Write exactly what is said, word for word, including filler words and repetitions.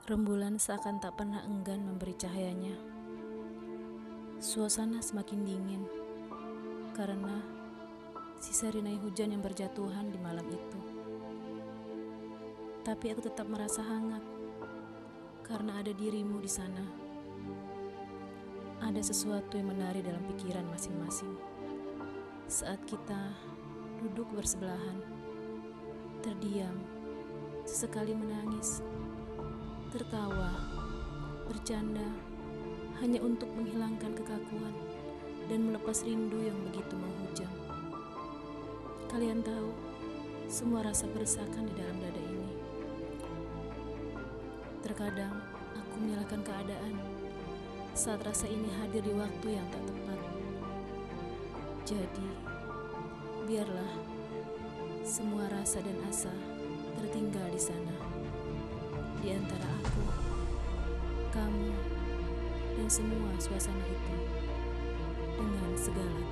Rembulan seakan tak pernah enggan memberi cahayanya. Suasana semakin dingin karena sisa rinai hujan yang berjatuhan di malam itu. Tapi aku tetap merasa hangat karena ada dirimu di sana. Ada sesuatu yang menari dalam pikiran masing-masing saat kita duduk bersebelahan, terdiam, sesekali menangis, tertawa, bercanda, hanya untuk menghilangkan kekakuan dan melepas rindu yang begitu menghujam. Kalian tahu, semua rasa berdesakan di dalam dada ini. Terkadang aku menyalahkan keadaan saat rasa ini hadir di waktu yang tak tepat. Jadi, biarlah semua rasa dan asa tertinggal di sana, di antara aku, kamu, dan semua suasana itu dengan segala